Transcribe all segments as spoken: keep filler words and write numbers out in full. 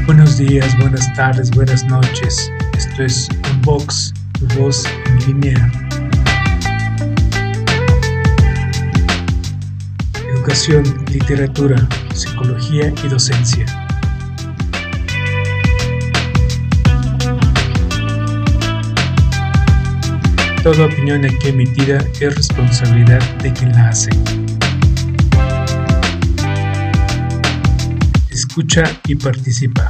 Buenos días, buenas tardes, buenas noches. Esto es Unbox, tu voz en línea. Educación, literatura, psicología y docencia. Toda opinión aquí emitida es responsabilidad de quien la hace. Escucha y participa.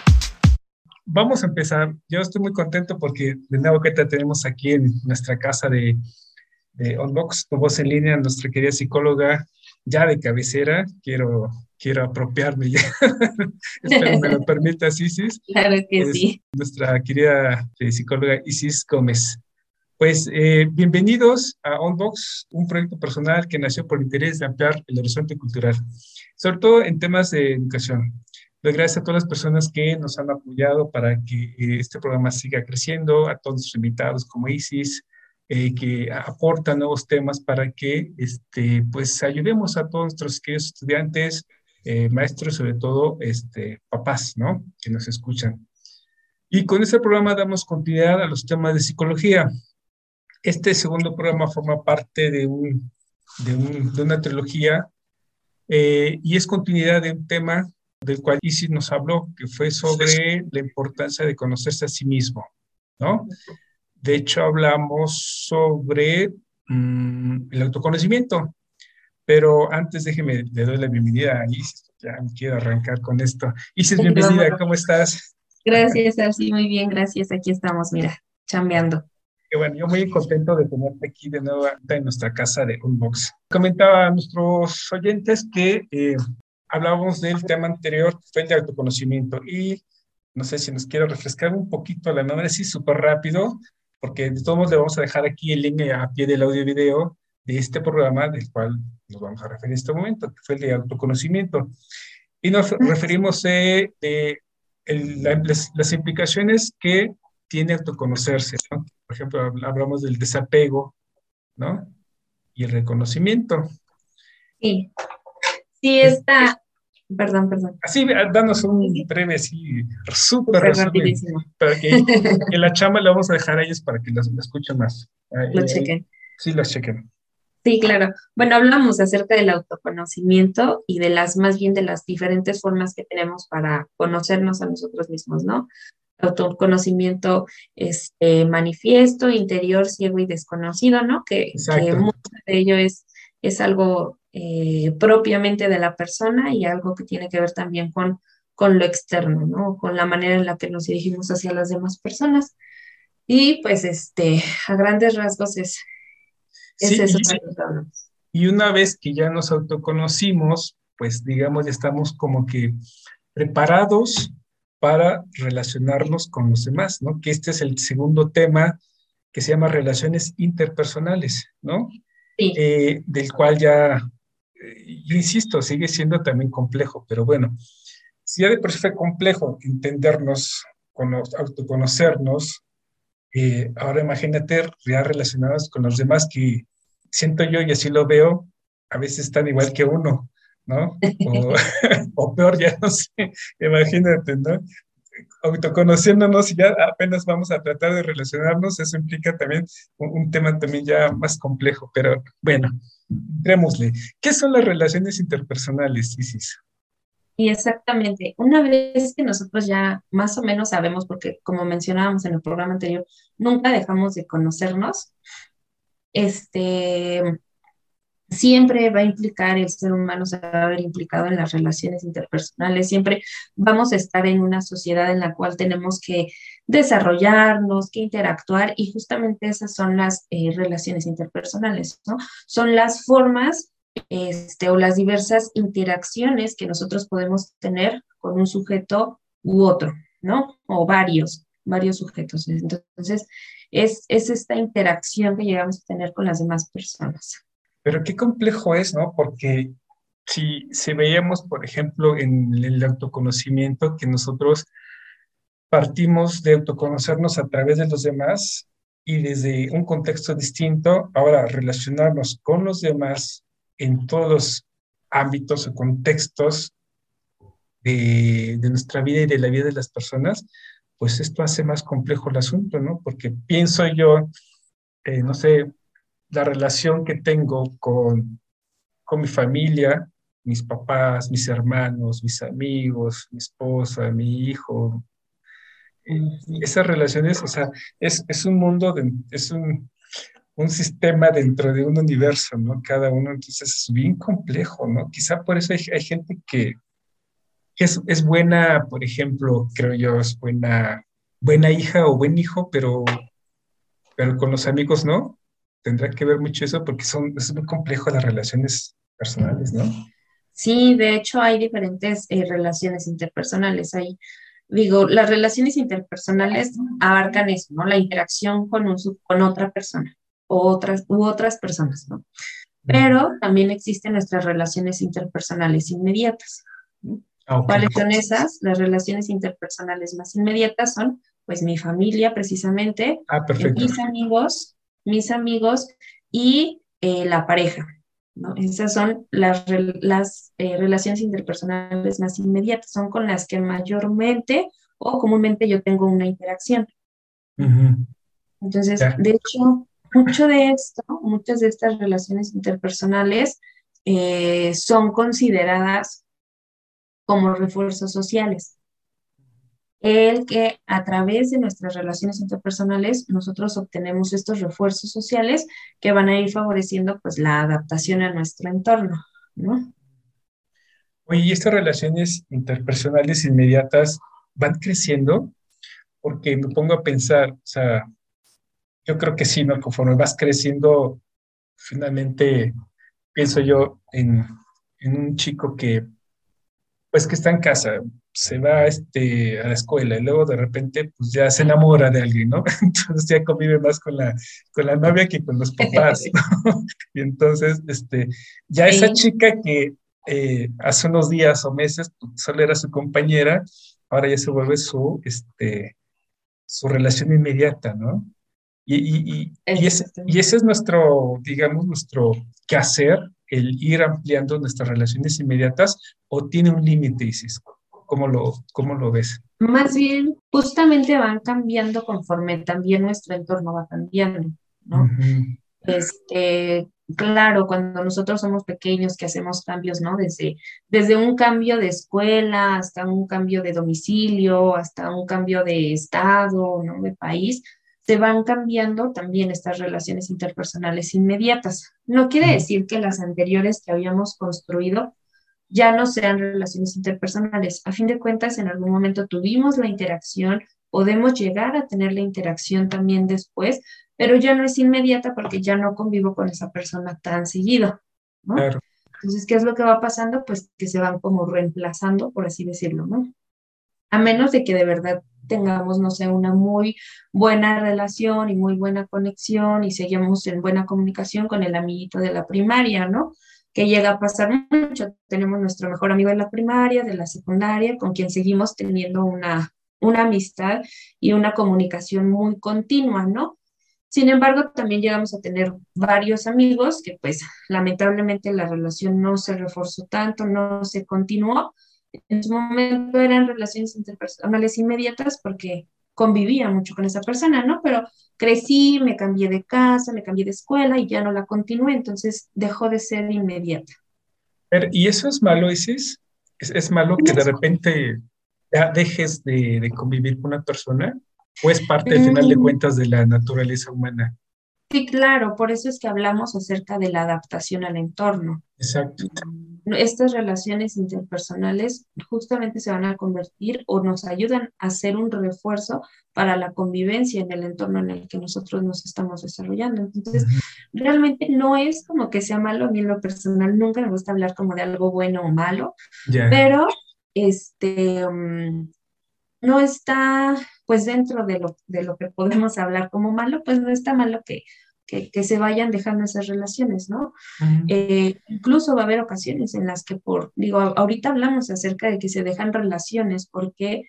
Vamos a empezar. Yo estoy muy contento porque de nuevo que te tenemos aquí en nuestra casa de, de Unbox, tu voz en línea, nuestra querida psicóloga ya de cabecera. Quiero, quiero apropiarme ya. Espero me lo permitas, Isis. Claro que Es sí. nuestra querida eh, psicóloga Isis Gómez. Pues eh, bienvenidos a Unbox, un proyecto personal que nació por el interés de ampliar el horizonte cultural, sobre todo en temas de educación. Doy gracias a todas las personas que nos han apoyado para que eh, este programa siga creciendo, a todos los invitados como Isis, eh, que aportan nuevos temas para que este, pues, ayudemos a todos nuestros queridos estudiantes, eh, maestros, sobre todo este, papás, ¿no?, que nos escuchan. Y con este programa damos continuidad a los temas de psicología. Este segundo programa forma parte de, un, de, un, de una trilogía eh, y es continuidad de un tema del cual Isis nos habló, que fue sobre la importancia de conocerse a sí mismo, ¿no? De hecho, hablamos sobre mmm, el autoconocimiento, pero antes déjeme, le doy la bienvenida a Isis, ya quiero arrancar con esto. Isis, bienvenida, ¿cómo estás? Gracias, así muy bien, gracias. Aquí estamos, mira, chambeando. Que bueno, yo muy contento de tenerte aquí de nuevo en nuestra casa de Unbox. Comentaba a nuestros oyentes que eh, hablábamos del tema anterior, que fue el de autoconocimiento, y no sé si nos quiere refrescar un poquito la memoria, así súper rápido, porque de todos modos le vamos a dejar aquí el link a pie del audio y video de este programa, del cual nos vamos a referir en este momento, que fue el de autoconocimiento. Y nos referimos de, de el, la, las, las implicaciones que tiene autoconocerse, ¿no? Por ejemplo, hablamos del desapego, ¿no? Y el reconocimiento. Sí, sí está, perdón, perdón. Así, danos un breve, así, súper Súper resumen, rapidísimo. para que, que la chamba la vamos a dejar a ellos para que las, la escuchen más. Lo Ahí, ahí, chequé. sí, las chequen. Sí, claro. Bueno, hablamos acerca del autoconocimiento y de las, más bien de las diferentes formas que tenemos para conocernos a nosotros mismos, ¿no? Autoconocimiento este, manifiesto, interior, ciego y desconocido, ¿no? Que, que Exacto. mucho de ello es, es algo eh, propiamente de la persona y algo que tiene que ver también con, con lo externo, ¿no? Con la manera en la que nos dirigimos hacia las demás personas. Y pues este, a grandes rasgos es, es Sí, eso. y, y una vez que ya nos autoconocimos, pues digamos, ya estamos como que preparados para relacionarnos con los demás, ¿no? Que este es el segundo tema que se llama relaciones interpersonales, ¿no? Sí, Eh, del cual ya, eh, yo insisto, sigue siendo también complejo, pero bueno, si ya de por sí fue complejo entendernos, cono- autoconocernos, eh, ahora imagínate ya relacionados con los demás que siento yo y así lo veo, a veces están igual que uno, ¿no? O, o peor, ya no sé, imagínate, ¿no? Autoconociéndonos y ya apenas vamos a tratar de relacionarnos, eso implica también un, un tema también ya más complejo, pero bueno, entrémosle. ¿Qué son las relaciones interpersonales, Isis? y exactamente. Una vez que nosotros ya más o menos sabemos, porque como mencionábamos en el programa anterior, nunca dejamos de conocernos, este, siempre va a implicar, el ser humano se va a ver implicado en las relaciones interpersonales, siempre vamos a estar en una sociedad en la cual tenemos que desarrollarnos, que interactuar, y justamente esas son las eh, relaciones interpersonales, ¿no? Son las formas este, o las diversas interacciones que nosotros podemos tener con un sujeto u otro, ¿no? O varios, varios sujetos. Entonces, es, es esta interacción que llegamos a tener con las demás personas. Pero qué complejo es, ¿no? Porque si, si veíamos, por ejemplo, en el autoconocimiento, que nosotros partimos de autoconocernos a través de los demás y desde un contexto distinto, ahora relacionarnos con los demás en todos los ámbitos o contextos de, de nuestra vida y de la vida de las personas, pues esto hace más complejo el asunto, ¿no? Porque pienso yo, eh, no sé, la relación que tengo con, con mi familia, mis papás, mis hermanos, mis amigos, mi esposa, mi hijo, eh, Ujú. esas relaciones, o sea, es, es un mundo, de, es un, un sistema dentro de un universo, ¿no? Cada uno, entonces es bien complejo, ¿no? Quizá por eso hay, hay gente que, que es, es buena, por ejemplo, creo yo, es buena, buena hija o buen hijo, pero, pero con los amigos no. Tendrá que ver mucho eso porque son, es muy complejo las relaciones personales, ¿no? Sí, de hecho hay diferentes eh, relaciones interpersonales. Hay, digo, las relaciones interpersonales abarcan eso, ¿no? La interacción con, un, sub- con otra persona o otras, u otras personas, ¿no? Mm. Pero también existen nuestras relaciones interpersonales inmediatas, ¿no? Ah, ok. ¿Cuáles son esas? Las relaciones interpersonales más inmediatas son, pues, mi familia, precisamente, Ah, eh, perfecto. mis amigos, mis amigos y eh, la pareja, ¿no? Esas son las, rel- las eh, relaciones interpersonales más inmediatas, son con las que mayormente o comúnmente yo tengo una interacción. Ujú. Entonces, Ya. de hecho, mucho de esto, muchas de estas relaciones interpersonales eh, son consideradas como refuerzos sociales. El que a través de nuestras relaciones interpersonales nosotros obtenemos estos refuerzos sociales que van a ir favoreciendo pues la adaptación a nuestro entorno, ¿no? Oye, ¿y estas relaciones interpersonales inmediatas van creciendo? Porque me pongo a pensar, o sea, yo creo que sí, ¿no? Conforme vas creciendo, finalmente pienso yo en, en un chico que, pues que está en casa, se va este, a la escuela y luego de repente, pues ya se enamora de alguien, ¿no? Entonces ya convive más con la, con la novia que con los papás, ¿no? Y entonces, este, ya esa Sí, chica que eh, hace unos días o meses pues, solo era su compañera, ahora ya se vuelve su, este, su relación inmediata, ¿no? Y, y, y, y ese, y exactamente. ese es nuestro, digamos, nuestro quehacer, el ir ampliando nuestras relaciones inmediatas, o tiene un límite, Isis. ¿Cómo lo, cómo lo ves? Más bien, justamente van cambiando conforme también nuestro entorno va cambiando, ¿no? Ujú. Este, claro, cuando nosotros somos pequeños que hacemos cambios, ¿no? Desde, desde un cambio de escuela hasta un cambio de domicilio, hasta un cambio de estado, ¿no? De país, se van cambiando también estas relaciones interpersonales inmediatas. No quiere decir que las anteriores que habíamos construido ya no sean relaciones interpersonales. A fin de cuentas, en algún momento tuvimos la interacción, podemos llegar a tener la interacción también después, pero ya no es inmediata porque ya no convivo con esa persona tan seguido, ¿no? Claro. Entonces, ¿qué es lo que va pasando? Pues que se van como reemplazando, por así decirlo, ¿no? A menos de que de verdad tengamos, no sé, una muy buena relación y muy buena conexión y seguimos en buena comunicación con el amiguito de la primaria, ¿no? Que llega a pasar mucho. Tenemos nuestro mejor amigo de la primaria, de la secundaria, con quien seguimos teniendo una, una amistad y una comunicación muy continua, ¿no? Sin embargo, también llegamos a tener varios amigos que pues lamentablemente la relación no se reforzó tanto, no se continuó. En su momento eran relaciones interpersonales inmediatas porque convivía mucho con esa persona, ¿no? Pero crecí, me cambié de casa, me cambié de escuela y ya no la continué, entonces dejó de ser inmediata. Pero, ¿y eso es malo, Isis? ¿Es, es malo que de repente ya dejes de, de convivir con una persona? ¿O es parte, al final de Mm, cuentas, de la naturaleza humana? sí, claro, por eso es que hablamos acerca de la adaptación al entorno. Exacto. Mm, Estas relaciones interpersonales justamente se van a convertir o nos ayudan a ser un refuerzo para la convivencia en el entorno en el que nosotros nos estamos desarrollando. Entonces, Ujú. realmente no es como que sea malo, a mí en lo personal nunca me gusta hablar como de algo bueno o malo, Ya. pero este, mm, no está pues dentro de lo, de lo que podemos hablar como malo, pues no está malo que, que, que se vayan dejando esas relaciones, ¿no? Ujú. Eh, incluso va a haber ocasiones en las que por, digo, a- ahorita hablamos acerca de que se dejan relaciones porque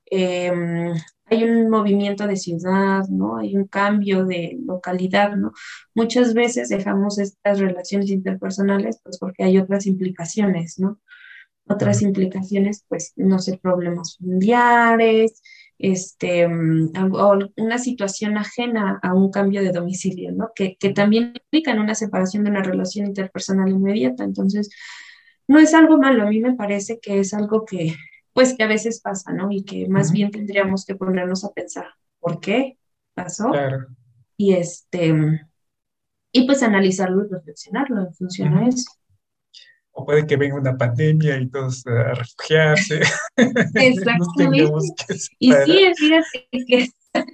eh, hay un movimiento de ciudad, ¿no? Hay un cambio de localidad, ¿no? Muchas veces dejamos estas relaciones interpersonales pues porque hay otras implicaciones, ¿no? Otras implicaciones, pues, no sé, problemas familiares, este, mm, algo- o una situación ajena a un cambio de domicilio, ¿no? Que, que también implican una separación de una relación interpersonal inmediata. Entonces, no es algo malo, a mí me parece que es algo que, pues, que a veces pasa, ¿no? Y que más Ujú. bien tendríamos que ponernos a pensar, ¿por qué pasó? Claro. Y este, y pues analizarlo y reflexionarlo en función a Ujú. eso. O puede que venga una pandemia y todos a refugiarse, nos tengamos Exactamente. que Y separar. sí, fíjate que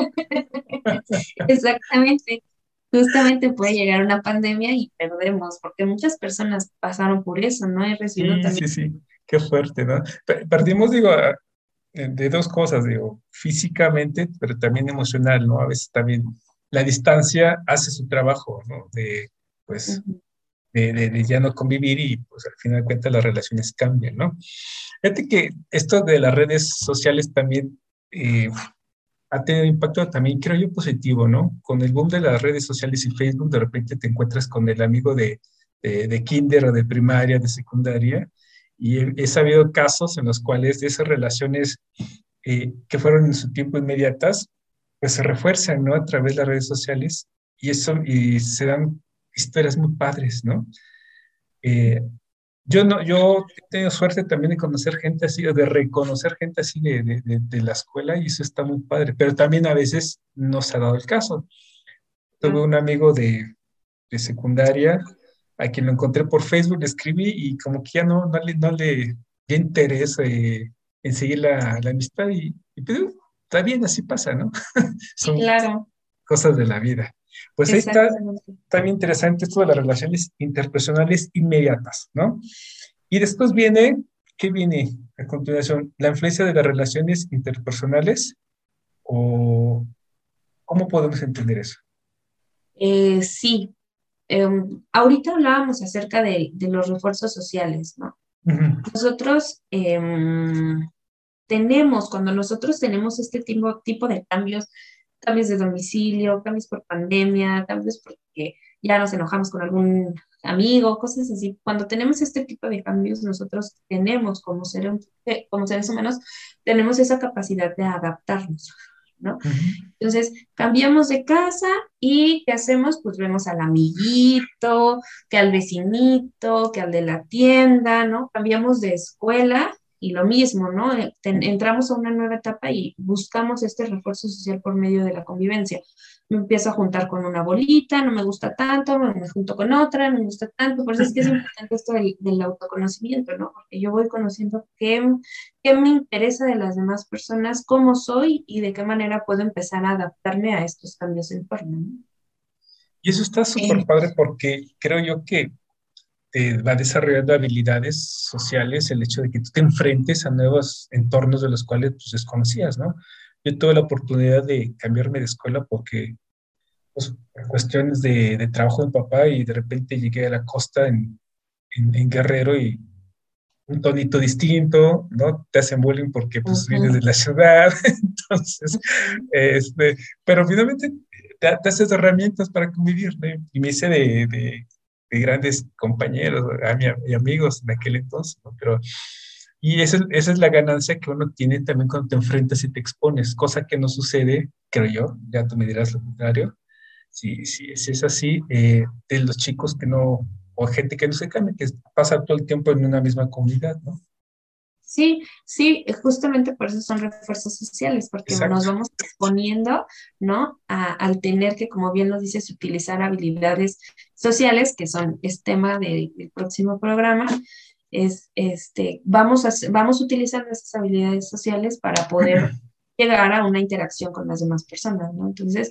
exactamente, justamente puede llegar una pandemia y perdemos, porque muchas personas pasaron por eso, ¿no? He recibido Sí, también. sí, sí, qué fuerte, ¿no? Pe- Perdimos, digo, a- eh, de dos cosas, digo, físicamente, pero también emocional, ¿no? A veces también la distancia hace su trabajo, ¿no? De, pues, Ujú, de, de- de ya no convivir y, pues, al final de cuentas las relaciones cambian, ¿no? Fíjate que esto de las redes sociales también eh, ha tenido impacto también, creo yo, positivo, ¿no? Con el boom de las redes sociales y Facebook, de repente te encuentras con el amigo de, de, de kinder o de primaria, de secundaria, y he, he sabido casos en los cuales de esas relaciones eh, que fueron en su tiempo inmediatas, pues se refuerzan, ¿no? A través de las redes sociales, y eso, y se dan historias muy padres, ¿no? Eh, yo no, yo he tenido suerte también de conocer gente así, o de reconocer gente así de, de, de- de la escuela y eso está muy padre, pero también a veces no se ha dado el caso. Tuve claro. un amigo de, de secundaria a quien lo encontré por Facebook, le escribí y como que ya no, no le, no le dio interés eh, en seguir la, la amistad y, y pues, está bien, así pasa, ¿no? Sí, Son claro, cosas de la vida. Pues ahí está exactamente. también interesante esto de las relaciones interpersonales inmediatas, ¿no? Y después viene, ¿qué viene a continuación? ¿La influencia de las relaciones interpersonales o cómo podemos entender eso? Eh, sí, em, ahorita hablábamos acerca de, de los refuerzos sociales, ¿no? Ujú, Nosotros em, tenemos, cuando nosotros tenemos este tipo, tipo de cambios, cambios de domicilio, cambios por pandemia, cambios porque ya nos enojamos con algún amigo, cosas así, cuando tenemos este tipo de cambios, nosotros tenemos como, ser, eh, como seres humanos, tenemos esa capacidad de adaptarnos, ¿no? ujú. Entonces, cambiamos de casa y ¿qué hacemos? Pues vemos al amiguito, que al vecinito, que al de la tienda, ¿no? Cambiamos de escuela y lo mismo, ¿no? Eh, ten- entramos a una nueva etapa y buscamos este refuerzo social por medio de la convivencia. Me empiezo a juntar con una bolita, no me gusta tanto, me, me junto con otra, no me gusta tanto. Por eso es que es importante esto del, del autoconocimiento, ¿no? Porque yo voy conociendo qué, qué me interesa de las demás personas, cómo soy y de qué manera puedo empezar a adaptarme a estos cambios en forma, ¿no? Y eso está súper Eh, padre porque creo yo que te va desarrollando habilidades sociales el hecho de que tú te enfrentes a nuevos entornos de los cuales pues, desconocías, ¿no? Yo tuve la oportunidad de cambiarme de escuela porque pues, por cuestiones de, de trabajo de mi papá y de repente llegué a la costa en, en, en Guerrero y un tonito distinto, ¿no? Te hacen bullying porque pues vienes de ujú, la ciudad, entonces, ujú, este, pero finalmente te, te haces herramientas para convivir, ¿no? Y me hice de, de, de grandes compañeros a mi- y amigos en aquel entonces, ¿no? Pero, y esa, es- esa es la ganancia que uno tiene también cuando te enfrentas y te expones, cosa que no sucede, creo yo, ya tú me dirás lo contrario, si, si, si es así, eh, de los chicos que no, o gente que no se cambia, que pasa todo el tiempo en una misma comunidad, ¿no? sí, sí, eh, justamente por eso son refuerzos sociales, porque nos Exacto. vamos exponiendo, ¿no? A- al tener que, como bien lo dices, utilizar habilidades sociales, que son, es tema de- del próximo programa, es, este, vamos a, hacer- vamos utilizando esas habilidades sociales para poder llegar a una interacción con las demás personas, ¿no? Entonces,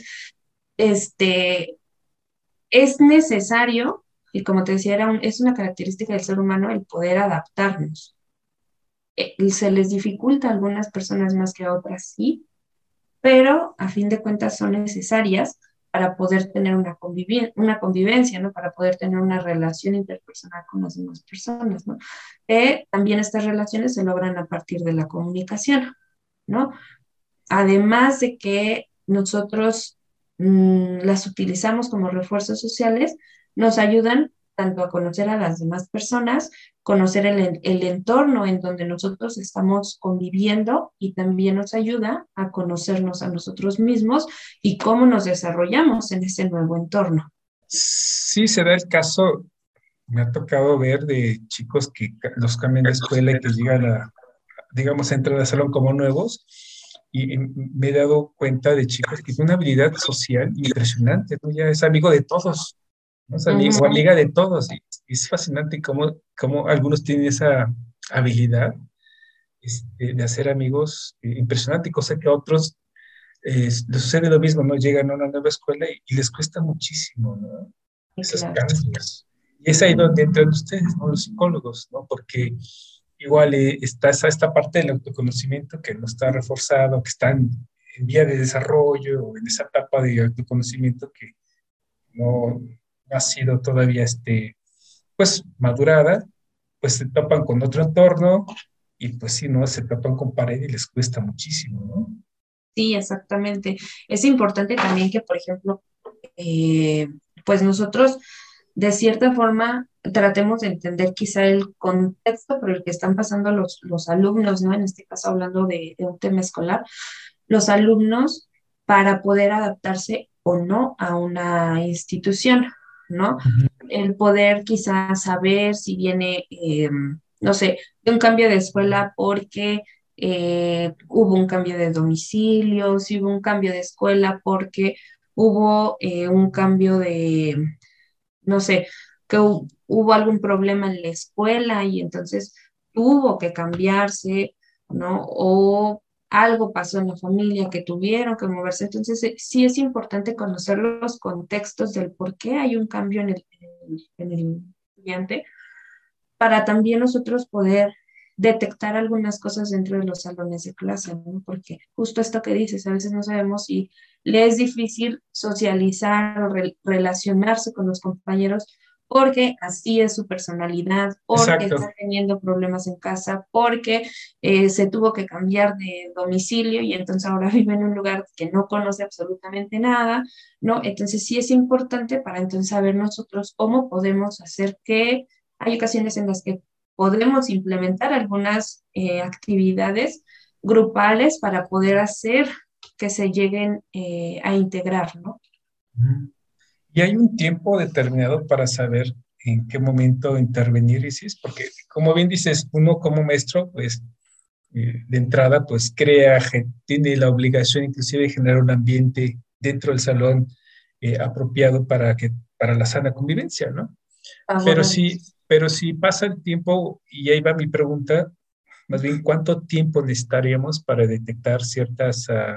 este, es necesario, y como te decía, era un- es una característica del ser humano el poder adaptarnos. Eh, se les dificulta a algunas personas más que a otras, sí, pero a fin de cuentas son necesarias para poder tener una, convivi- una convivencia, ¿no? Para poder tener una relación interpersonal con las demás personas, ¿no? Eh, también estas relaciones se logran a partir de la comunicación, ¿no? Además de que nosotros mm, las utilizamos como refuerzos sociales, nos ayudan tanto a conocer a las demás personas, conocer el, el entorno en donde nosotros estamos conviviendo y también nos ayuda a conocernos a nosotros mismos y cómo nos desarrollamos en ese nuevo entorno. Sí, se da el caso, me ha tocado ver de chicos que ca- los cambian de escuela y que llegan a, digamos, entran al salón como nuevos, y, y me he dado cuenta de chicos que tienen una habilidad social impresionante, ¿no? Ya es amigo de todos, ¿no? Es ami- o Ujú. amiga de todos, y, y es fascinante cómo, cómo algunos tienen esa habilidad, este, de hacer amigos, eh, impresionante, cosa que a otros eh, les sucede lo mismo, ¿no? Llegan a una nueva escuela y, y les cuesta muchísimo, ¿no? Sí, Esos claro. cambios. Y es ahí donde entran ustedes, ¿no? Los psicólogos, ¿no? Porque igual eh, está esa, esta parte del autoconocimiento que no está reforzado, que está en, en vía de desarrollo, o en esa etapa de autoconocimiento que no, no ha sido todavía, este, pues, madurada, pues se topan con otro entorno y pues sí, ¿no? Se topan con pared y les cuesta muchísimo, ¿no? Sí, exactamente. Es importante también que, por ejemplo, eh, pues nosotros de cierta forma tratemos de entender quizá el contexto por el que están pasando los, los alumnos, ¿no? En este caso hablando de, de un tema escolar, los alumnos para poder adaptarse o no a una institución, ¿no? Ujú. El poder quizás saber si viene, eh, no sé, de un cambio de escuela porque eh, hubo un cambio de domicilio, si hubo un cambio de escuela porque hubo eh, un cambio de, no sé, que hu- hubo algún problema en la escuela y entonces tuvo que cambiarse, ¿no? O algo pasó en la familia que tuvieron que moverse. Entonces, eh, sí es importante conocer los contextos del por qué hay un cambio en el, en el, en el estudiante para también nosotros poder detectar algunas cosas dentro de los salones de clase, ¿no? Porque justo esto que dices, a veces no sabemos si le es difícil socializar o re- relacionarse con los compañeros porque así es su personalidad, porque Exacto. está teniendo problemas en casa, porque eh, se tuvo que cambiar de domicilio y entonces ahora vive en un lugar que no conoce absolutamente nada, ¿no? Entonces sí es importante para entonces saber nosotros cómo podemos hacer que hay ocasiones en las que podemos implementar algunas eh, actividades grupales para poder hacer que se lleguen eh, a integrar, ¿no? Ujú. Y hay un tiempo determinado para saber en qué momento intervenir, Isis, porque como bien dices, uno como maestro, pues eh, de entrada, pues crea, gen- tiene la obligación inclusive de generar un ambiente dentro del salón eh, apropiado para que, para la sana convivencia, ¿no? Pero Favorable. sí, pero si pasa el tiempo, y ahí va mi pregunta, más bien, ¿cuánto tiempo necesitaríamos para detectar ciertas, ah,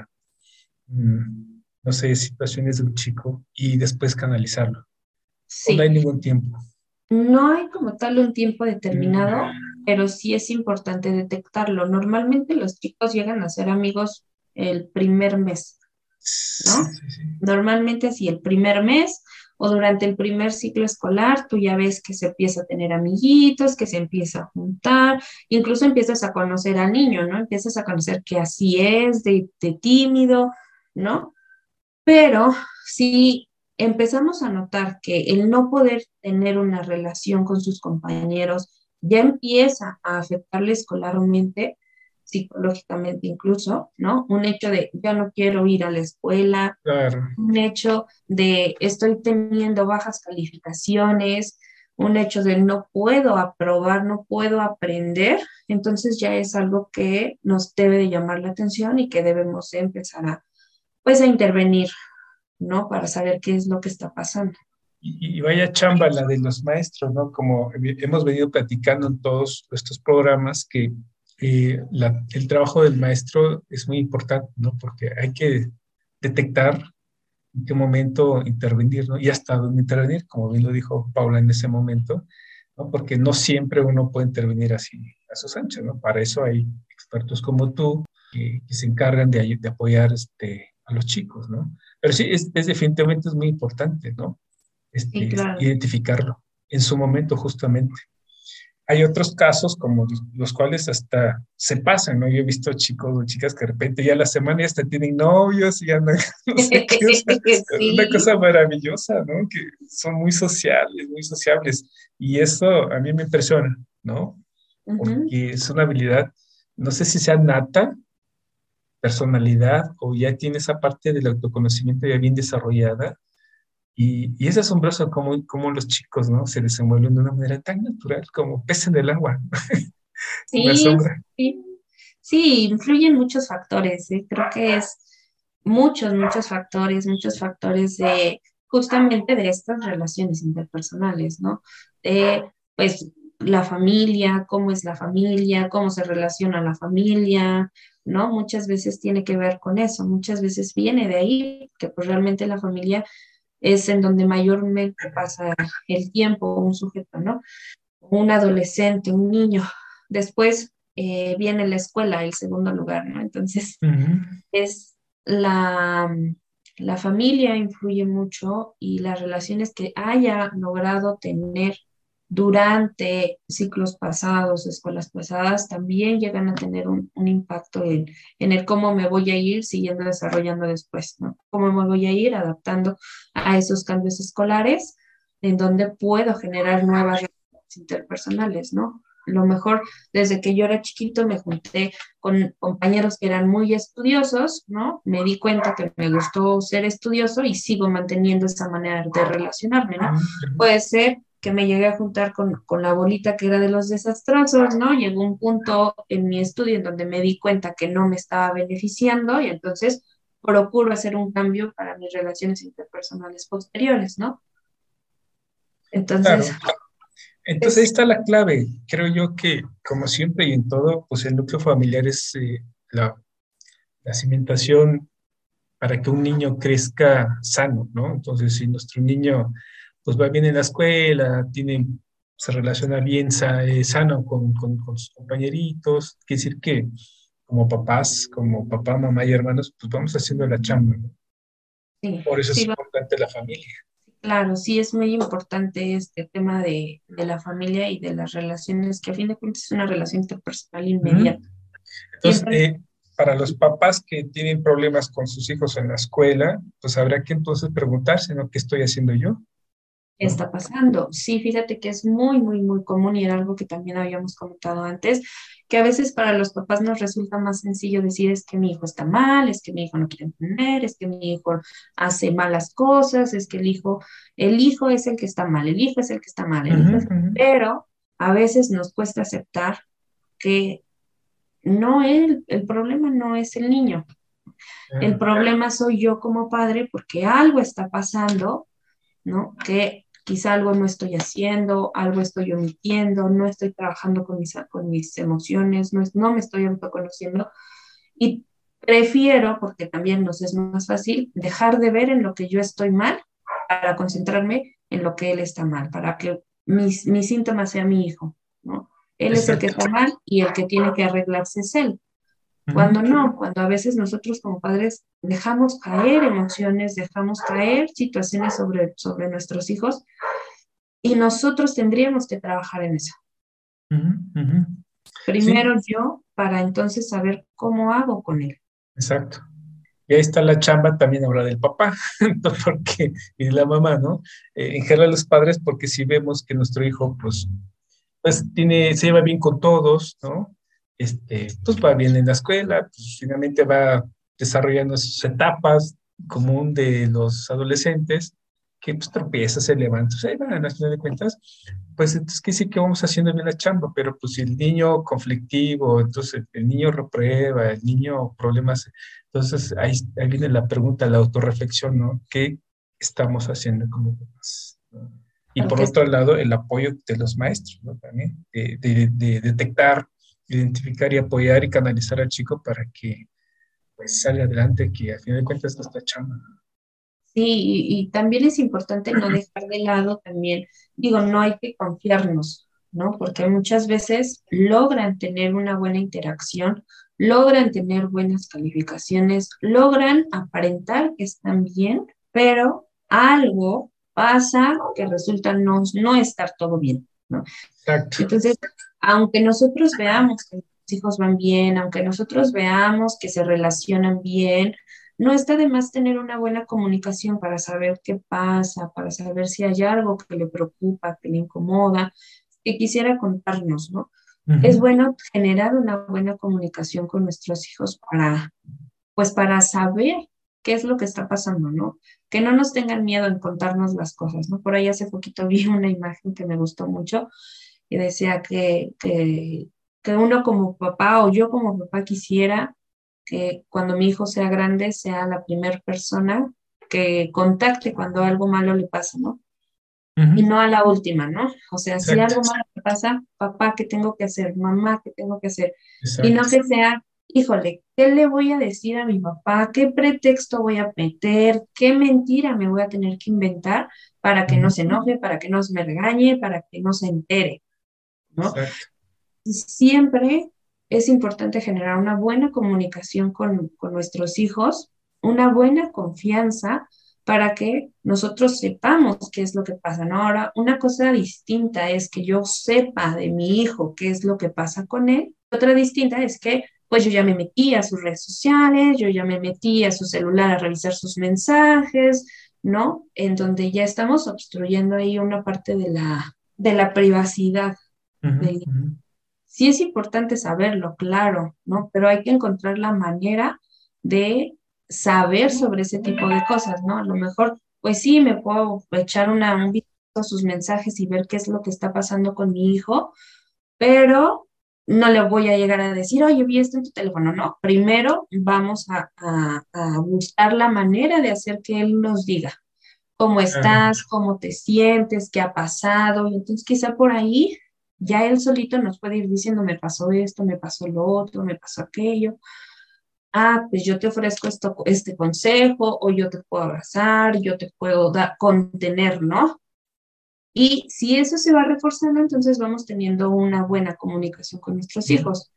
mm, no sé, situaciones de un chico y después canalizarlo? ¿O no Sí, hay ningún tiempo? no hay como tal un tiempo determinado, Mm, pero sí es importante detectarlo. Normalmente los chicos llegan a ser amigos el primer mes, sí, ¿no? sí, sí. Normalmente así el primer mes o durante el primer ciclo escolar, tú ya ves que se empieza a tener amiguitos, que se empieza a juntar, incluso empiezas a conocer al niño, ¿no? Empiezas a conocer que así es, de, de tímido, ¿no? Pero si empezamos a notar que el no poder tener una relación con sus compañeros ya empieza a afectarle escolarmente, psicológicamente incluso, ¿no? Un hecho de ya no quiero ir a la escuela, Claro. un hecho de estoy teniendo bajas calificaciones, un hecho de no puedo aprobar, no puedo aprender, entonces ya es algo que nos debe de llamar la atención y que debemos de empezar a, pues, a intervenir, ¿no? Para saber qué es lo que está pasando. Y, y vaya chamba la de los maestros, ¿no? Como hemos venido platicando en todos estos programas, que eh, la- el trabajo del maestro es muy importante, ¿no? Porque hay que detectar en qué momento intervenir, ¿no? Y hasta dónde intervenir, como bien lo dijo Paula en ese momento, ¿no? Porque no siempre uno puede intervenir así a sus anchas, ¿no? Para eso hay expertos como tú que, que se encargan de, ay- de apoyar este, a los chicos, ¿no? Pero sí, es, es definitivamente es muy importante, ¿no? Sí, Este, claro. identificarlo en su momento justamente. Hay otros casos como los, los cuales hasta se pasan, ¿no? Yo he visto chicos o chicas que de repente ya la semana ya hasta tienen novios y andan, no sé qué, o sea, es una Sí. cosa maravillosa, ¿no? Que son muy sociables, muy sociables. Y eso a mí me impresiona, ¿no? Ujú. Porque es una habilidad, no sé si sea nata, personalidad, o ya tiene esa parte del autoconocimiento ya bien desarrollada. Y, y es asombroso cómo, cómo los chicos, ¿no? Se desenvuelven de una manera tan natural como peces en el agua. Me Sí, asombra. sí, sí, influyen muchos factores, ¿eh? Creo que es muchos, muchos factores, muchos factores de justamente de estas relaciones interpersonales, ¿no? De, pues, la familia, cómo es la familia, cómo se relaciona la familia, ¿no? Muchas veces tiene que ver con eso, muchas veces viene de ahí, que pues realmente la familia es en donde mayormente pasa el tiempo un sujeto, ¿no? Un adolescente, un niño. Después eh, viene la escuela, el segundo lugar, ¿no? Entonces, Ujú. es la, la familia influye mucho y las relaciones que haya logrado tener durante ciclos pasados, escuelas pasadas, también llegan a tener un, un impacto en, en el cómo me voy a ir siguiendo desarrollando después, ¿no? Cómo me voy a ir adaptando a esos cambios escolares, en donde puedo generar nuevas relaciones interpersonales, ¿no? Lo mejor, desde que yo era chiquito, me junté con compañeros que eran muy estudiosos, ¿no? Me di cuenta que me gustó ser estudioso y sigo manteniendo esa manera de relacionarme, ¿no? Ujú. Puede ser que me llegué a juntar con, con la bolita que era de los desastrosos, ¿no? Llegó un punto en mi estudio en donde me di cuenta que no me estaba beneficiando y entonces procuro hacer un cambio para mis relaciones interpersonales posteriores, ¿no? Entonces, Claro. Entonces ahí es está la clave. Creo yo que, como siempre y en todo, pues el núcleo familiar es eh, la, la cimentación para que un niño crezca sano, ¿no? Entonces, si nuestro niño pues va bien en la escuela, tiene, se relaciona bien sa- eh, sano con, con, con sus compañeritos, quiere decir que como papás, como papá, mamá y hermanos, pues vamos haciendo la chamba, ¿no? sí, Por eso es sí, importante la familia. claro, sí es muy importante este tema de, de la familia y de las relaciones, que a fin de cuentas es una relación interpersonal Ujú. inmediata. Entonces, Siempre eh, para los papás que tienen problemas con sus hijos en la escuela, pues habrá que entonces preguntarse, ¿no? ¿Qué estoy haciendo yo? ¿No? está pasando. Sí, fíjate que es muy, muy, muy común y era algo que también habíamos comentado antes, que a veces para los papás nos resulta más sencillo decir es que mi hijo está mal, es que mi hijo no quiere entender, es que mi hijo hace malas cosas, es que el hijo, el hijo es el que está mal, el hijo es el que está mal, el Ujú, hijo es... ujú. Pero a veces nos cuesta aceptar que no el, el problema no es el niño, el Claro. problema soy yo como padre porque algo está pasando, ¿no? Que quizá algo no estoy haciendo, algo estoy omitiendo, no estoy trabajando con mis, con mis emociones, no, es- no me estoy autoconociendo y prefiero, porque también nos es más fácil, dejar de ver en lo que yo estoy mal para concentrarme en lo que él está mal, para que mis, mis síntomas sea mi hijo, ¿no? Él es el que Exacto. está mal y el que tiene que arreglarse es él. Cuando Ujú. no, cuando a veces nosotros como padres dejamos caer emociones, dejamos caer situaciones sobre, sobre nuestros hijos y nosotros tendríamos que trabajar en eso. Ujú, ujú. Sí, Primero yo, para entonces saber cómo hago con él. exacto. Y ahí está la chamba también ahora del papá, entonces, porque, y de la mamá, ¿no? Eh, en general los padres, porque si vemos que nuestro hijo, pues, pues tiene, se lleva bien con todos, ¿no? Este, pues va bien en la escuela, pues finalmente va desarrollando sus etapas común de los adolescentes, que pues tropieza, se levanta, o sea, ahí van, a final de cuentas, pues entonces que sí que vamos haciendo bien la chamba, pero pues si el niño conflictivo, entonces el niño reprueba, el niño problemas, entonces ahí, ahí viene la pregunta, la autorreflexión, ¿no? ¿Qué estamos haciendo como papás? ¿No? Y por Porque otro lado, el apoyo de los maestros, ¿no? También, de, de- de detectar, identificar y apoyar y canalizar al chico para que pues salga adelante, que a fin de cuentas no está chamba. sí, y, y también es importante no dejar de lado también, digo, no hay que confiarnos, ¿no? Porque muchas veces logran tener una buena interacción, logran tener buenas calificaciones, logran aparentar que están bien, pero algo pasa que resulta no, no estar todo bien. ¿no? Exacto. Entonces, aunque nosotros veamos que los hijos van bien, aunque nosotros veamos que se relacionan bien, no está de más tener una buena comunicación para saber qué pasa, para saber si hay algo que le preocupa, que le incomoda, que quisiera contarnos, ¿no? Es Ujú. bueno generar una buena comunicación con nuestros hijos para, pues para saber qué es lo que está pasando, ¿no? Que no nos tengan miedo en contarnos las cosas, ¿no? Por ahí hace poquito vi una imagen que me gustó mucho y decía que, que, que uno como papá o yo como papá quisiera que cuando mi hijo sea grande sea la primera persona que contacte cuando algo malo le pasa, ¿no? Y Ujú. no a la última, ¿no? O sea, si Exacto, algo malo me pasa, papá, ¿qué tengo que hacer? Mamá, ¿qué tengo que hacer? Y no exacto. que sea, híjole, ¿qué le voy a decir a mi papá? ¿Qué pretexto voy a meter? ¿Qué mentira me voy a tener que inventar para que no Ujú. se enoje, para que no me regañe, para que no se entere, ¿no? Exacto. Siempre es importante generar una buena comunicación con, con nuestros hijos, una buena confianza para que nosotros sepamos qué es lo que pasa, ¿no? Ahora, una cosa distinta es que yo sepa de mi hijo qué es lo que pasa con él. Otra distinta es que, pues yo ya me metí a sus redes sociales, yo ya me metí a su celular a revisar sus mensajes, ¿no? En donde ya estamos obstruyendo ahí una parte de la, de la privacidad Ujú, del. ujú. Sí es importante saberlo, claro, ¿no? Pero hay que encontrar la manera de saber sobre ese tipo de cosas, ¿no? A lo mejor, pues sí, me puedo echar una, un vistazo a sus mensajes y ver qué es lo que está pasando con mi hijo, pero no le voy a llegar a decir, oye, vi esto en tu teléfono, no. Primero vamos a, a, a buscar la manera de hacer que él nos diga cómo Claro. estás, cómo te sientes, qué ha pasado. Y entonces quizá por ahí ya él solito nos puede ir diciendo, me pasó esto, me pasó lo otro, me pasó aquello. Ah, pues yo te ofrezco esto, este consejo, o yo te puedo abrazar, yo te puedo dar, contener, ¿no? Y si eso se va reforzando, entonces vamos teniendo una buena comunicación con nuestros Ujú. hijos.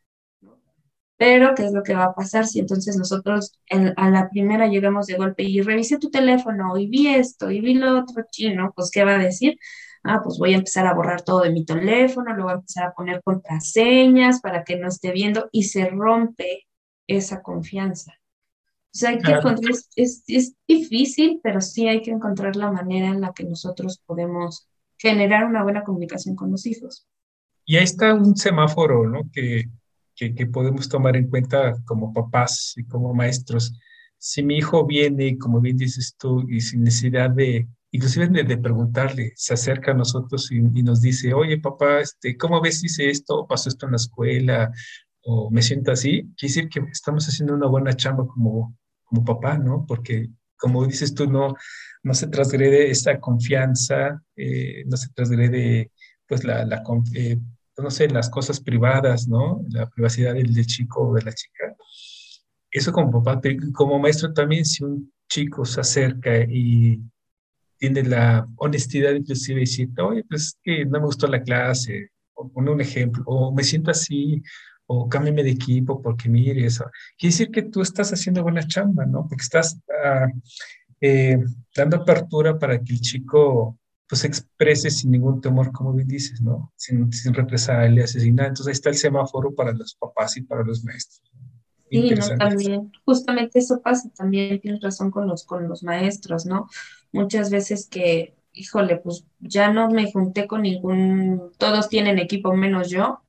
Pero, ¿qué es lo que va a pasar si entonces nosotros en- a la primera llegamos de golpe y revisé tu teléfono y vi esto y vi lo otro chino? Pues, ¿qué va a decir? Ah, pues voy a empezar a borrar todo de mi teléfono, lo voy a empezar a poner contraseñas para que no esté viendo y se rompe esa confianza. O sea, hay que Claro. encontrar, es, es, es difícil, pero sí hay que encontrar la manera en la que nosotros podemos generar una buena comunicación con los hijos. Y ahí está un semáforo, ¿no? Que, que, que podemos tomar en cuenta como papás y como maestros. Si mi hijo viene, como bien dices tú, y sin necesidad de, inclusive de, de preguntarle, se acerca a nosotros y, y nos dice, oye, papá, este, ¿cómo ves si hice esto? ¿O pasó esto en la escuela? ¿O me siento así? Quiere decir que estamos haciendo una buena chamba como, como papá, ¿no? Porque, como dices tú, no, no se transgrede esa confianza, eh, no se transgrede pues la, la, con- eh, no sé, las cosas privadas, ¿no? La privacidad del, del chico o de la chica. Eso como papá, pero como maestro también, si un chico se acerca y tiene la honestidad inclusive de decir, oye, pues es que no me gustó la clase, o pone un ejemplo, o me siento así, o cámbiame de equipo porque mire eso. Quiere decir que tú estás haciendo buena chamba, ¿no? Porque estás ah, eh, dando apertura para que el chico pues exprese sin ningún temor, como bien dices, ¿no? Sin, sin represalias, sin nada. Entonces ahí está el semáforo para los papás y para los maestros. Sí, no, Interesante. también, justamente eso pasa, también tienes razón con los, con los maestros, ¿no? Muchas veces que, híjole, pues ya no me junté con ningún, todos tienen equipo menos yo,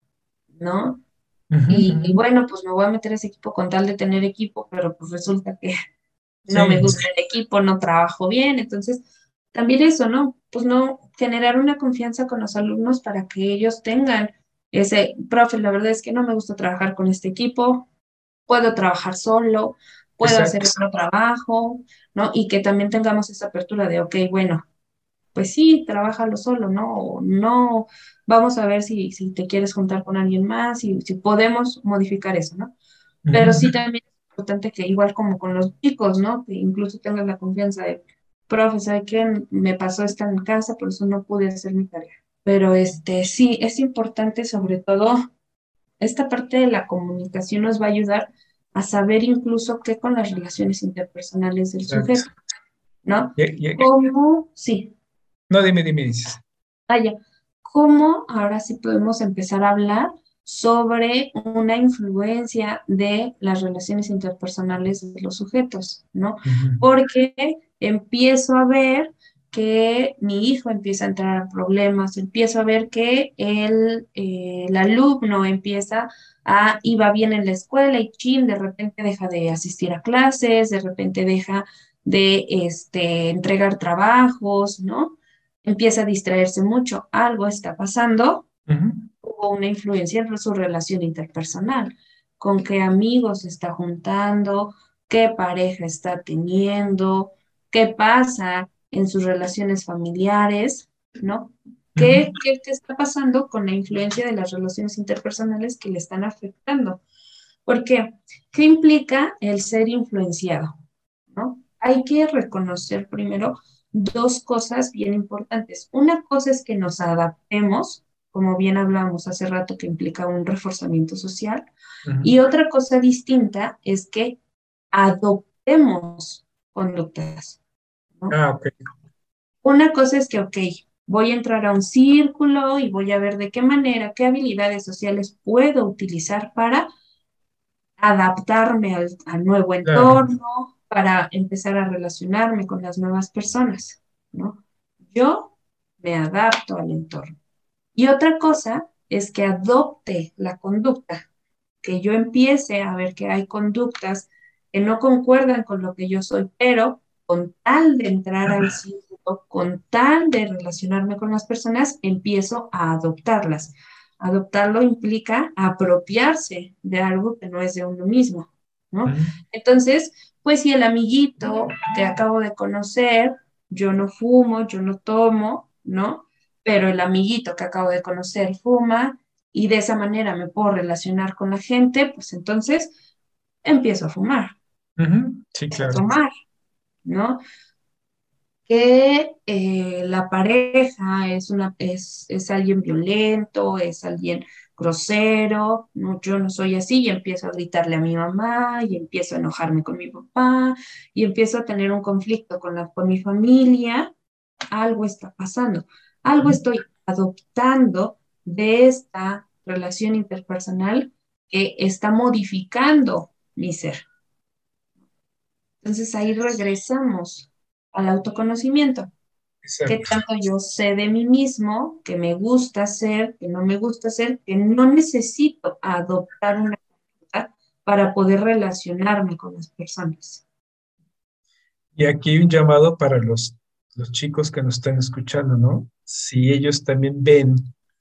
¿no? Ujú, Y, ujú. y bueno, pues me voy a meter a ese equipo con tal de tener equipo, pero pues resulta que no me Sí, gusta el equipo, no trabajo bien, entonces también eso, ¿no? Pues no generar una confianza con los alumnos para que ellos tengan ese, profe, la verdad es que no me gusta trabajar con este equipo, puedo trabajar solo, puedo hacer exacto. otro trabajo, ¿no? Y que también tengamos esa apertura de, ok, bueno, pues sí, trabájalo solo, ¿no? O no, vamos a ver si, si te quieres juntar con alguien más y si podemos modificar eso, ¿no? Ujú, Pero sí ujú. también es importante que igual como con los chicos, ¿no? Que incluso tengas la confianza de, profe, ¿sabe qué? Me pasó esto en casa, por eso no pude hacer mi tarea. Pero este, sí, es importante sobre todo esta parte de la comunicación nos va a ayudar a saber incluso qué con las relaciones interpersonales del Exacto. sujeto, ¿no? Y- y- ¿Cómo? Sí, no, dime, dime, dices. vaya. ¿cómo ahora sí podemos empezar a hablar sobre una influencia de las relaciones interpersonales de los sujetos, ¿no? Ujú. Porque empiezo a ver que mi hijo empieza a entrar a problemas, empiezo a ver que el, eh, el alumno empieza a, iba bien en la escuela y chin, de repente deja de asistir a clases, de repente deja de este, entregar trabajos, ¿no? Empieza a distraerse mucho, algo está pasando, Ujú. hubo una influencia en su relación interpersonal, con qué amigos se está juntando, qué pareja está teniendo, qué pasa en sus relaciones familiares, ¿no? Ujú. ¿Qué, qué, qué está pasando con la influencia de las relaciones interpersonales que le están afectando? ¿Por qué? ¿Qué implica el ser influenciado? ¿No? Hay que reconocer primero dos cosas bien importantes. Una cosa es que nos adaptemos, como bien hablábamos hace rato, que implica un reforzamiento social, y Ujú. otra cosa distinta es que adoptemos conductas, ¿no? Ah, ok. Una cosa es que, ok, voy a entrar a un círculo y voy a ver de qué manera, qué habilidades sociales puedo utilizar para adaptarme al, al nuevo Claro. entorno, para empezar a relacionarme con las nuevas personas, ¿no? Yo me adapto al entorno. Y otra cosa es que adopte la conducta, que yo empiece a ver que hay conductas que no concuerdan con lo que yo soy, pero con tal de entrar al círculo, con tal de relacionarme con las personas, empiezo a adoptarlas. Adoptarlo implica apropiarse de algo que no es de uno mismo, ¿no? Ujú. Entonces, pues si el amiguito que acabo de conocer, yo no fumo, yo no tomo, ¿no? Pero el amiguito que acabo de conocer fuma y de esa manera me puedo relacionar con la gente, pues entonces empiezo a fumar, Ujú. Sí, empiezo a claro. tomar, ¿no? Que eh, la pareja es, una, es, es alguien violento, es alguien grosero, ¿no? Yo no soy así y empiezo a gritarle a mi mamá y empiezo a enojarme con mi papá y empiezo a tener un conflicto con, la, con mi familia, algo está pasando, algo Ujú. estoy adoptando de esta relación interpersonal que está modificando mi ser. Entonces ahí regresamos al autoconocimiento. ¿Qué Exacto. tanto yo sé de mí mismo? ¿Que me gusta ser? ¿Que no me gusta ser? Que no necesito adoptar una conducta para poder relacionarme con las personas. Y aquí hay un llamado para los, los chicos que nos están escuchando, ¿no? Si ellos también ven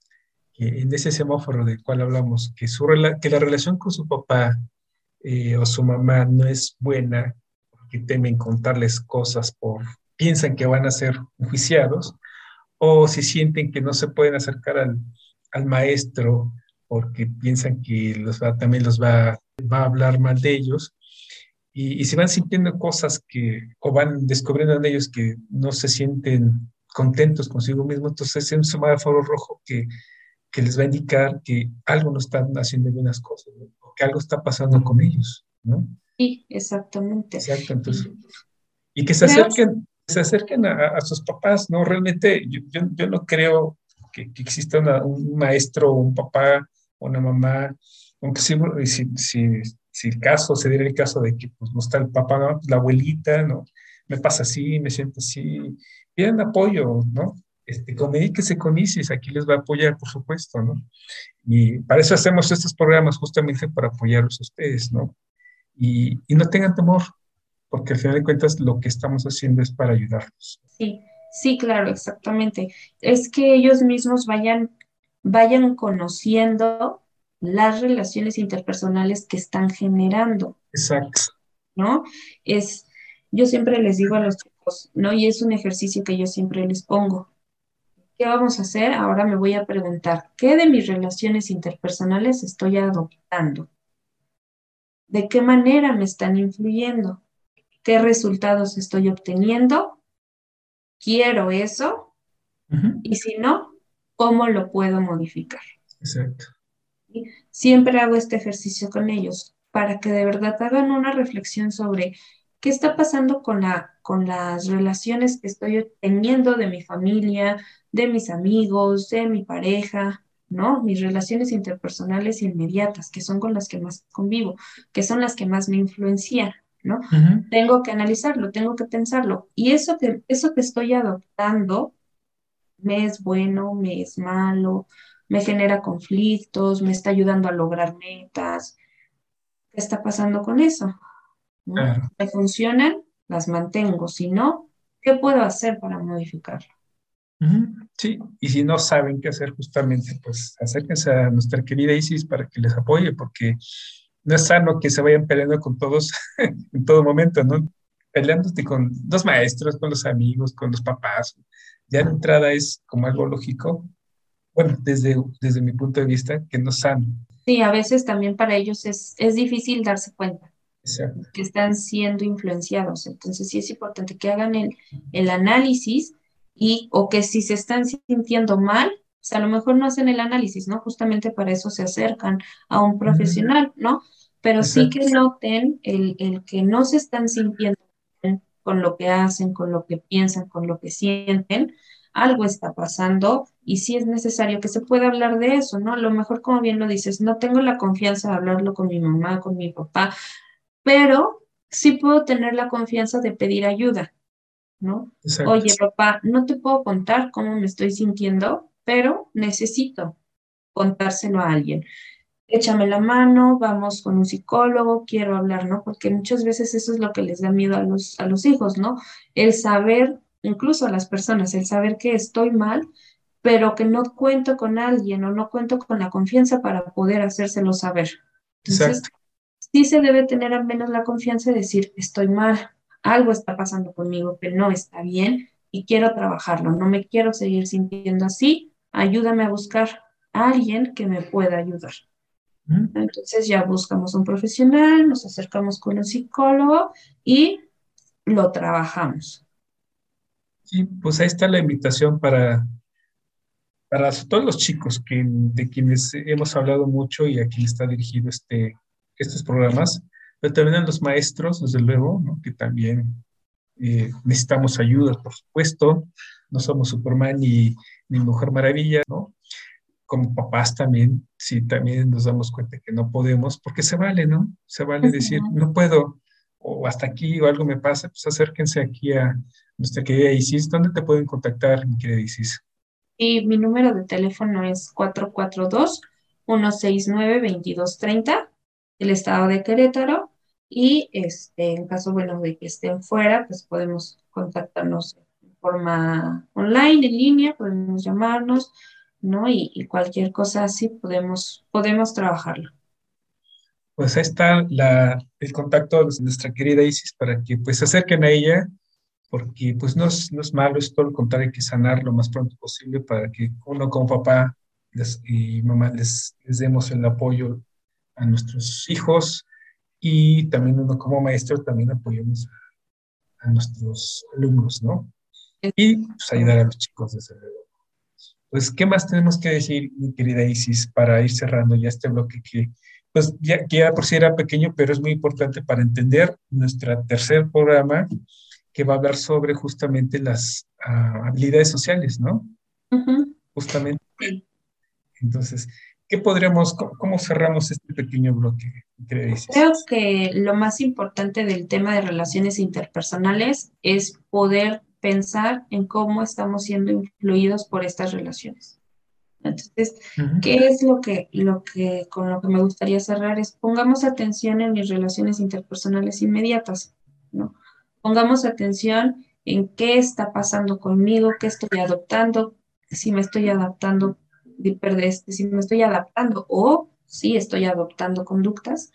que en ese semáforo del cual hablamos, que, su rela- que la relación con su papá eh, o su mamá no es buena, porque temen contarles cosas por, piensan que van a ser enjuiciados, o si sienten que no se pueden acercar al, al maestro porque piensan que los va, también los va, va a hablar mal de ellos, y, y si van sintiendo cosas que, o van descubriendo en ellos que no se sienten contentos consigo mismos, entonces es un semáforo rojo que, que les va a indicar que algo no están haciendo buenas cosas, ¿no? O que algo está pasando con ellos, ¿no? Sí, exactamente. Exacto, entonces, Y y que se creo, acerquen, se acerquen a, a sus papás, ¿no? Realmente yo, yo, yo no creo que, que exista una- un maestro, un papá, una mamá, aunque sí, bueno, y si, si, si el caso, se diera el caso de que pues, no está el papá, ¿no? Pues, la abuelita, ¿no? Me pasa así, me siento así, piden apoyo, ¿no? Este, comuníquese con ISIS, aquí les va a apoyar, por supuesto, ¿no? Y para eso hacemos estos programas, justamente para apoyarlos a ustedes, ¿no? Y, y no tengan temor, porque al final de cuentas lo que estamos haciendo es para ayudarlos. sí, sí, claro, exactamente. Es que ellos mismos vayan, vayan conociendo las relaciones interpersonales que están generando, Exacto. ¿no? Es, yo siempre les digo a los chicos, ¿no? Y es un ejercicio que yo siempre les pongo. ¿Qué vamos a hacer? Ahora me voy a preguntar, ¿qué de mis relaciones interpersonales estoy adoptando? ¿De qué manera me están influyendo? ¿Qué resultados estoy obteniendo? ¿Quiero eso? Ujú. Y si no, ¿cómo lo puedo modificar? Exacto. ¿Sí? Siempre hago este ejercicio con ellos para que de verdad hagan una reflexión sobre qué está pasando con la, con las relaciones que estoy teniendo de mi familia, de mis amigos, de mi pareja, ¿no? Mis relaciones interpersonales inmediatas, que son con las que más convivo, que son las que más me influencian, ¿no? Ujú. Tengo que analizarlo, tengo que pensarlo. Y eso que, eso que estoy adoptando me es bueno, me es malo, me genera conflictos, me está ayudando a lograr metas. ¿Qué está pasando con eso? ¿No? Claro. ¿Me funcionan? Las mantengo. Si no, ¿qué puedo hacer para modificarlo? Ujú. Sí, y si no saben qué hacer justamente, pues acérquense a nuestra querida Isis para que les apoye, porque no es sano que se vayan peleando con todos en todo momento, ¿no? Peleándote con los maestros, con los amigos, con los papás. Ya de entrada es como algo lógico, bueno, desde, desde mi punto de vista, que no es sano. Sí, a veces también para ellos es, es difícil darse cuenta Exacto. que están siendo influenciados. Entonces sí es importante que hagan el, el análisis y o que si se están sintiendo mal, o sea, a lo mejor no hacen el análisis, ¿no? Justamente para eso se acercan a un Ujú. profesional, ¿no? Pero sí Exacto. que noten el, el que no se están sintiendo bien con lo que hacen, con lo que piensan, con lo que sienten, algo está pasando y sí es necesario que se pueda hablar de eso, ¿no? A lo mejor, como bien lo dices, no tengo la confianza de hablarlo con mi mamá, con mi papá, pero sí puedo tener la confianza de pedir ayuda, ¿no? Exacto. Oye, papá, no te puedo contar cómo me estoy sintiendo, pero necesito contárselo a alguien. Échame la mano, vamos con un psicólogo, quiero hablar, ¿no? Porque muchas veces eso es lo que les da miedo a los, a los hijos, ¿no? El saber, incluso a las personas, el saber que estoy mal, pero que no cuento con alguien o no cuento con la confianza para poder hacérselo saber. Entonces, Exacto. sí se debe tener al menos la confianza de decir, estoy mal, algo está pasando conmigo que no está bien y quiero trabajarlo, no me quiero seguir sintiendo así, ayúdame a buscar a alguien que me pueda ayudar. Ujú. Entonces ya buscamos un profesional, nos acercamos con un psicólogo y lo trabajamos. Sí, pues ahí está la invitación para para todos los chicos que, de quienes hemos hablado mucho y a quienes está dirigido este, estos programas, pero también a los maestros, desde luego, ¿no? Que también eh, necesitamos ayuda, por supuesto, no somos Superman ni, ni Mujer Maravilla, ¿no? Como papás también, sí, también nos damos cuenta que no podemos, porque se vale, ¿no? Se vale decir, Ujú. no puedo, o hasta aquí, o algo me pasa, pues acérquense aquí a nuestra querida Isis. ¿Dónde te pueden contactar, mi querida Isis? Y mi número de teléfono es cuatro cuatro dos, uno seis nueve, dos dos tres cero, el estado de Querétaro. Y este, en caso, bueno, de que estén fuera, pues podemos contactarnos de forma online, en línea, podemos llamarnos, ¿no? Y, y cualquier cosa así podemos, podemos trabajarlo. Pues ahí está la, el contacto de nuestra querida Isis para que pues se acerquen a ella, porque pues no es, no es malo, es todo lo contrario, hay que sanar lo más pronto posible para que uno como papá les- y mamá les, les demos el apoyo a nuestros hijos y también uno como maestro también apoyemos a, a nuestros alumnos, ¿no? Y pues ayudar a los chicos desde luego. Pues, ¿qué más tenemos que decir, mi querida Isis, para ir cerrando ya este bloque que, pues, ya, que ya por si era pequeño, pero es muy importante para entender nuestro tercer programa, que va a hablar sobre justamente las ah, habilidades sociales, ¿no? Ujú. Justamente, Sí. entonces, ¿qué podríamos, cómo, cómo cerramos este pequeño bloque, mi querida Isis? Creo que lo más importante del tema de relaciones interpersonales es poder pensar en cómo estamos siendo influidos por estas relaciones. Entonces, Ujú. ¿qué es lo que, lo que, con lo que me gustaría cerrar? Es pongamos atención en mis relaciones interpersonales inmediatas, ¿no? Pongamos atención en qué está pasando conmigo, qué estoy adoptando, si me estoy adaptando, di- perdón, este, si me estoy adaptando o si estoy adoptando conductas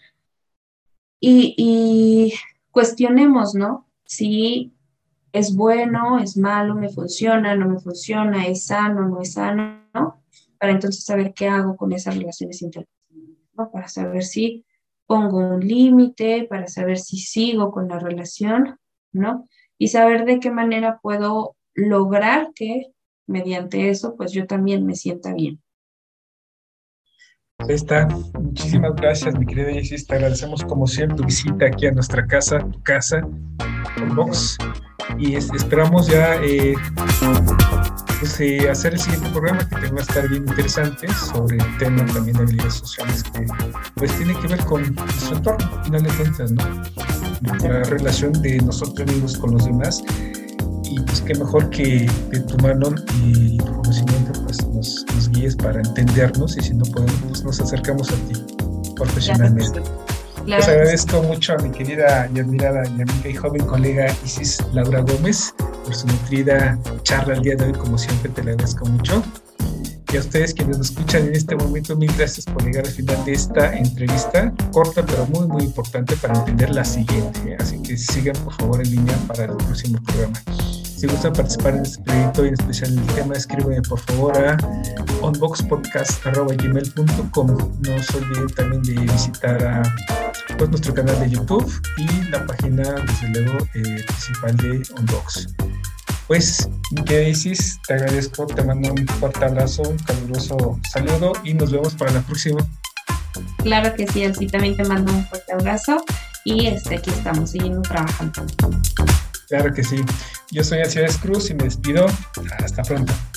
y, y cuestionemos, ¿no? Si es bueno, es malo, me funciona, no me funciona, es sano, no es sano, ¿no? Para entonces saber qué hago con esas relaciones interpersonales, ¿no? Para saber si pongo un límite, para saber si sigo con la relación, ¿no? Y saber de qué manera puedo lograr que mediante eso, pues yo también me sienta bien. Ahí está. Muchísimas gracias, mi querida Isis. Te agradecemos como siempre tu visita aquí a nuestra casa, tu casa, Onbox. Y es, esperamos ya eh, pues, eh, hacer el siguiente programa, que te va a estar bien interesante, sobre el tema también de habilidades sociales, que pues tiene que ver con nuestro entorno, al final de cuentas, ¿no? La relación de nosotros mismos con los demás. Y pues qué mejor que de tu mano y tu conocimiento pues nos, nos guíes para entendernos, y si no podemos, pues nos acercamos a ti profesionalmente. Claro, pues agradezco sí. mucho a mi querida y admirada y amiga y joven colega Isis Laura Gómez por su nutrida charla el día de hoy. Como siempre, te la agradezco mucho. Y a ustedes quienes nos escuchan en este momento, mil gracias por llegar al final de esta entrevista, corta pero muy muy importante para entender la siguiente. Así que sigan por favor en línea para el próximo programa. Si gustan participar en este proyecto y en especial en el tema, escríbanme por favor a onboxpodcast arroba gmail punto com. No se olviden también de visitar a, pues, nuestro canal de YouTube y la página, desde luego, eh, principal de Onbox. Pues, mi querida Isis, te agradezco, te mando un fuerte abrazo, un caluroso saludo y nos vemos para la próxima. Claro que sí, Elsie, también te mando un fuerte abrazo y este, aquí estamos siguiendo trabajando. Claro que sí. Yo soy Alcides Cruz y me despido. Hasta pronto.